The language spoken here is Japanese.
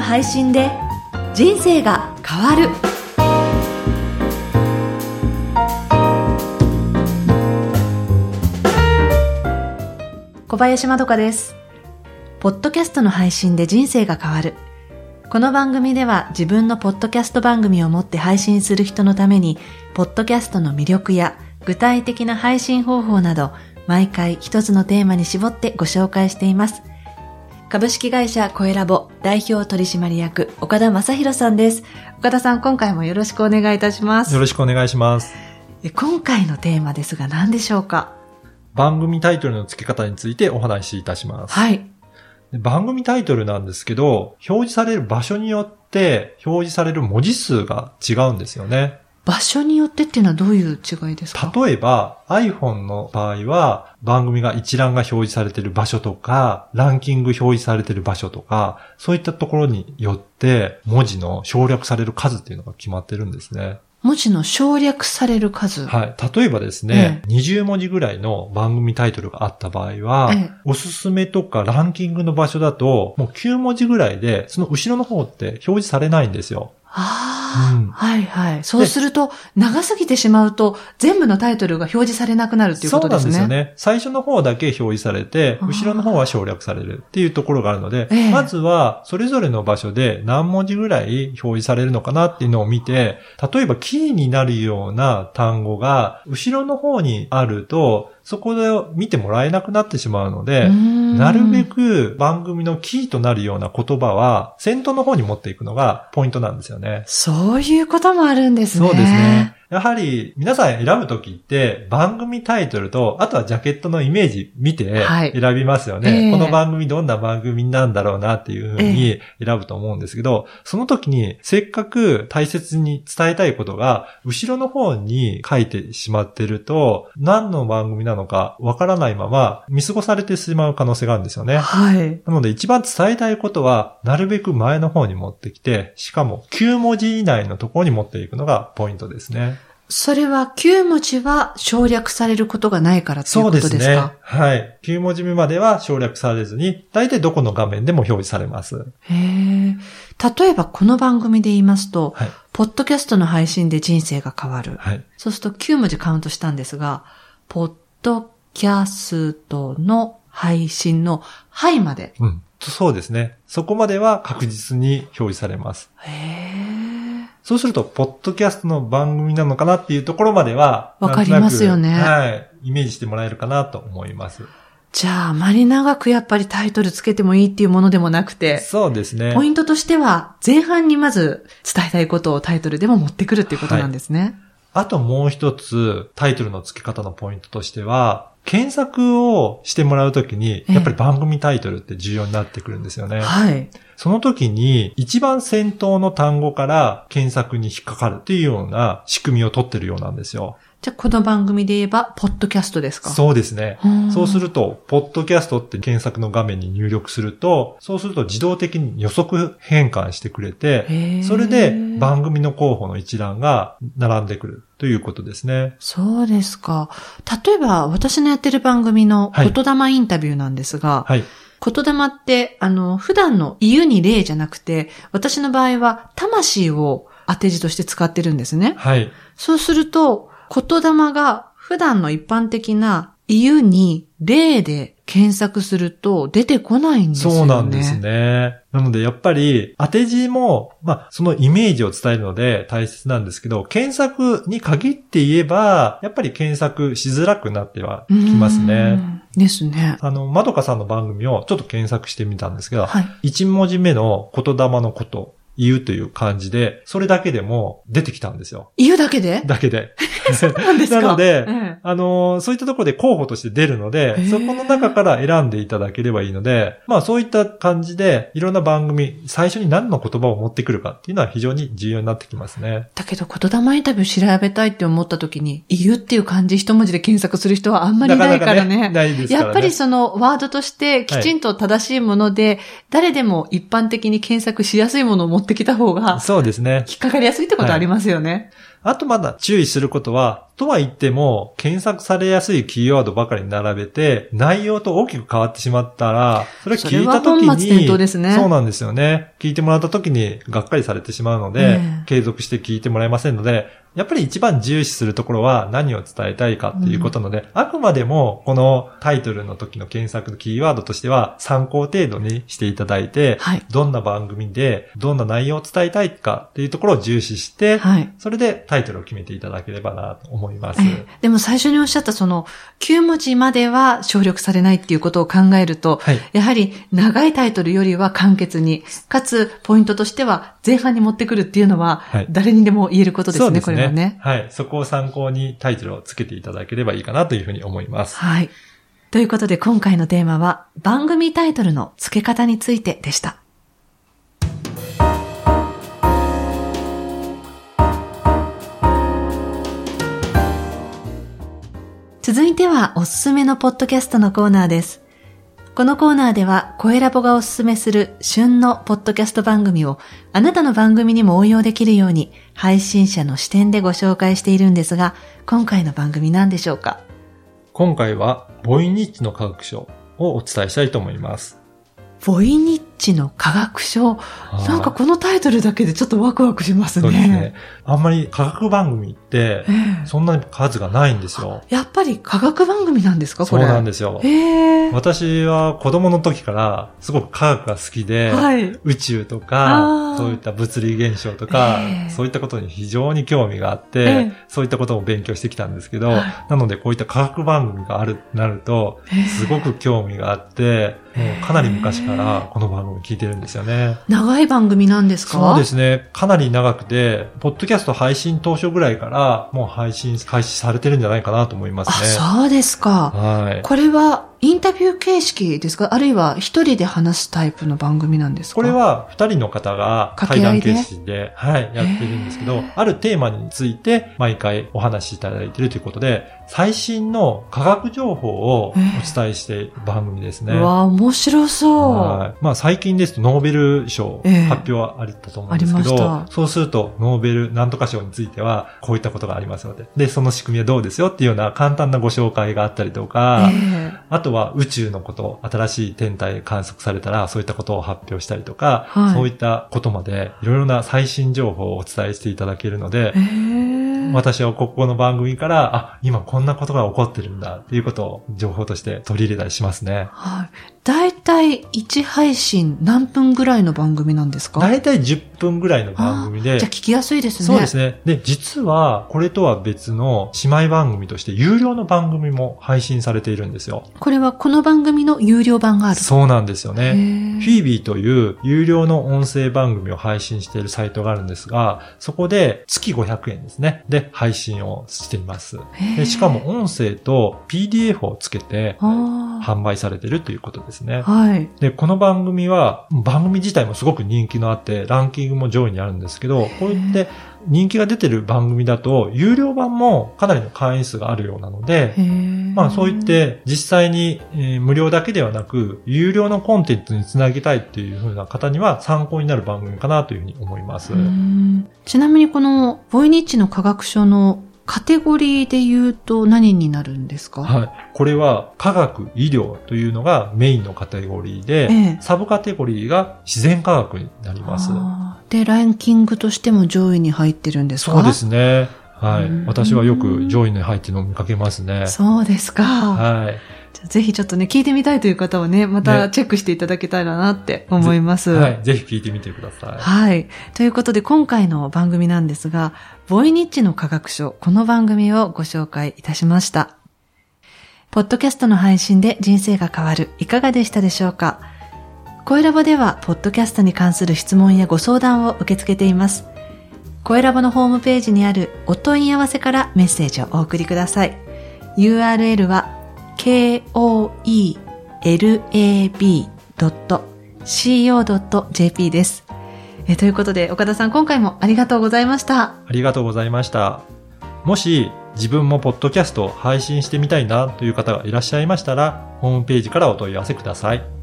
配信で人生が変わる。小林まどかです。ポッドキャストの配信で人生が変わる。この番組では自分のポッドキャスト番組を持って配信する人のために、ポッドキャストの魅力や具体的な配信方法など、毎回一つのテーマに絞ってご紹介しています。株式会社コエラボ代表取締役岡田正宏さんです。岡田さん、今回もよろしくお願いいたします。 よろしくお願いします。 今回のテーマですが何でしょうか？ 番組タイトルの付け方についてお話しいたします。 はい。 番組タイトルなんですけど、表示される場所によって表示される文字数が違うんですよね。 場所によってっていうのはどういう違いですか？ 例えば iPhone の場合は番組が一覧が表示されている場所とか、ランキング表示されている場所とか、そういったところによって文字の省略される数っていうのが決まってるんですね。 文字の省略される数。 はい。例えばですね、20文字ぐらいの番組タイトルがあった場合は、おすすめとかランキングの場所だと、もう9文字ぐらいで、その後ろの方って表示されないんですよ。 はいはい。そうすると、長すぎてしまうと、全部のタイトルが表示されなくなるっていうことですね。 そうなんですよね。最初の方だけ表示されて、後ろの方は省略されるっていうところがあるので、まずは、それぞれの場所で何文字ぐらい表示されるのかなっていうのを見て、例えばキーになるような単語が、後ろの方にあると、そこで見てもらえなくなってしまうので、なるべく番組のキーとなるような言葉は先頭の方に持っていくのがポイントなんですよね。 そういうこともあるんですね。 そうですね。やはり皆さん選ぶときって番組タイトルと、あとはジャケットのイメージ見て選びますよね。この番組どんな番組なんだろうなっていうふうに選ぶと思うんですけど、その時にせっかく大切に伝えたいことが後ろの方に書いてしまってると、何の番組なのかわからないまま見過ごされてしまう可能性があるんですよね。 はい。 なので一番伝えたいことはなるべく前の方に持ってきて、しかも9文字以内のところに持っていくのがポイントですね。 それは9文字は省略されることがないからということですか？そうですね。 はい。9文字目までは省略されずに、大体どこの画面でも表示されます。 例えばこの番組で言いますと、ポッドキャストの配信で人生が変わる。そうすると9文字カウントしたんですが、ポッドキャストの配信のはいまで。 そうですね。そこまでは確実に表示されます。そうすると、ポッドキャストの番組なのかなっていうところまでは、 わかりますよね。 はい。イメージしてもらえるかなと思います。 じゃあ、あまり長くやっぱりタイトルつけてもいいっていうものでもなくて。 そうですね。 ポイントとしては、前半にまず伝えたいことをタイトルでも持ってくるっていうことなんですね。 あともう一つ、タイトルの付け方のポイントとしては、検索をしてもらうときに、やっぱり番組タイトルって重要になってくるんですよね。その時に、一番先頭の単語から検索に引っかかるっていうような仕組みを取ってるようなんですよ。 じゃあ、この番組で言えば、ポッドキャストですか？ そうですね。そうすると、ポッドキャストって検索の画面に入力すると、そうすると自動的に予測変換してくれて、それで番組の候補の一覧が並んでくるということですね。 そうですか。例えば、私のやってる番組の言霊インタビューなんですが、言霊って、普段の言うに霊じゃなくて、私の場合は魂を当て字として使ってるんですね。そうすると、言霊が普段の一般的な言うに霊で検索すると出てこないんですよね。 そうなんですね。なのでやっぱり当て字も、そのイメージを伝えるので大切なんですけど、検索に限って言えば、やっぱり検索しづらくなってはきますね。 ですね。 まどかさんの番組をちょっと検索してみたんですけど、1文字目の言霊のこと、言うという感じで、それだけでも出てきたんですよ。 言うだけで？ だけで。 そうなんですか？ なので、そういったところで候補として出るので、そこの中から選んでいただければいいので、そういった感じで、いろんな番組、最初に何の言葉を持ってくるかっていうのは非常に重要になってきますね。 だけど、言霊インタビュー調べたいって思った時に、言うっていう漢字一文字で検索する人はあんまりいないからね。 ないですからね。 やっぱりそのワードとしてきちんと正しいもので、誰でも一般的に検索しやすいものを持ってきた方が、 そうですね。 引っかかりやすいってことありますよね。 あとまだ注意することは、とは言っても、検索されやすいキーワードばかりに並べて、内容と大きく変わってしまったら、それ聞いた時に、 本末転倒ですね。 そうなんですよね。聞いてもらった時にがっかりされてしまうので、継続して聞いてもらえませんので、やっぱり一番重視するところは何を伝えたいかっていうことなので、あくまでもこのタイトルの時の検索のキーワードとしては参考程度にしていただいて、どんな番組でどんな内容を伝えたいかっていうところを重視して、それでタイトルを決めていただければなと思います。 でも最初におっしゃったその9文字までは省略されないっていうことを考えると、やはり長いタイトルよりは簡潔に、かつポイントとしては前半に持ってくるっていうのは誰にでも言えることですね、 そうですね。 これはね。 はい。そこを参考にタイトルをつけていただければいいかなというふうに思います。 はい。ということで今回のテーマは番組タイトルの付け方についてでした。続いてはおすすめのポッドキャストのコーナーです。このコーナーでは声ラボがおすすめする旬のポッドキャスト番組をあなたの番組にも応用できるように配信者の視点でご紹介しているんですが、今回の番組何でしょうか？ 今回はボイニッチの科学書をお伝えしたいと思います。 ボイニッチの科学書。なんかこのタイトルだけでちょっとワクワクしますね。 そうですね。あんまり科学番組ってそんなに数がないんですよ。 やっぱり科学番組なんですかこれ？ そうなんですよ。私は子供の時からすごく科学が好きで、宇宙とかそういった物理現象とか、そういったことに非常に興味があって、そういったことを勉強してきたんですけど、なのでこういった科学番組がなるとすごく興味があって、もうかなり昔からこの番組聞いてるんですよね。 長い番組なんですか？ そうですね。かなり長くて、ポッドキャスト配信当初ぐらいからもう配信開始されてるんじゃないかなと思いますね。 そうですか。 はい。 これはインタビュー形式ですか？あるいは一人で話すタイプの番組なんですか？ これは二人の方が対談形式で、やってるんですけど、あるテーマについて毎回お話しいただいているということで、最新の科学情報をお伝えしている番組ですね。 うわ、面白そう。 まあ最近ですとノーベル賞発表はあったと思うんですけど、そうするとノーベルなんとか賞についてはこういったことがありますので、で、その仕組みはどうですよっていうような簡単なご紹介があったりとか、あとは宇宙のこと、新しい天体観測されたらそういったことを発表したりとか、そういったことまでいろいろな最新情報をお伝えしていただけるので、私はここの番組から、今こんなことが起こってるんだっていうことを情報として取り入れたりしますね。 だいたい1配信何分ぐらいの番組なんですか？ だいたい10分ぐらいの番組で。 じゃあ聞きやすいですね。 そうですね。で、実はこれとは別の姉妹番組として有料の番組も配信されているんですよ。 これはこの番組の有料版がある？ そうなんですよね。フィービーという有料の音声番組を配信しているサイトがあるんですが、そこで月500円ですね。で、配信をしています。で、しかも音声と PDF をつけて販売されているということですね。で、この番組は番組自体もすごく人気のあってランキングも上位にあるんですけど、こういって人気が出てる番組だと有料版もかなりの会員数があるようなので、まあそういって実際に、無料だけではなく有料のコンテンツにつなげたいっていう風な方には参考になる番組かなというふうに思います。 ちなみにこのボイニッチの科学書のカテゴリーで言うと何になるんですか？ これは科学、医療というのがメインのカテゴリーで、サブカテゴリーが自然科学になります。 で、ランキングとしても上位に入ってるんですか？ そうですね。私はよく上位に入ってるのを見かけますね。 そうですか。ぜひちょっとね、聞いてみたいという方はね、またチェックしていただけたらなって思います。 ぜひ聞いてみてください。ということで今回の番組なんですが、ボイニッチの科学書、この番組をご紹介いたしました。ポッドキャストの配信で人生が変わる、いかがでしたでしょうか？声ラボでは、ポッドキャストに関する質問やご相談を受け付けています。声ラボのホームページにあるお問い合わせからメッセージをお送りください。URL は、koelab.co.jp です。ということで、岡田さん、今回もありがとうございました。 ありがとうございました。もし、自分もポッドキャストを配信してみたいなという方がいらっしゃいましたら、ホームページからお問い合わせください。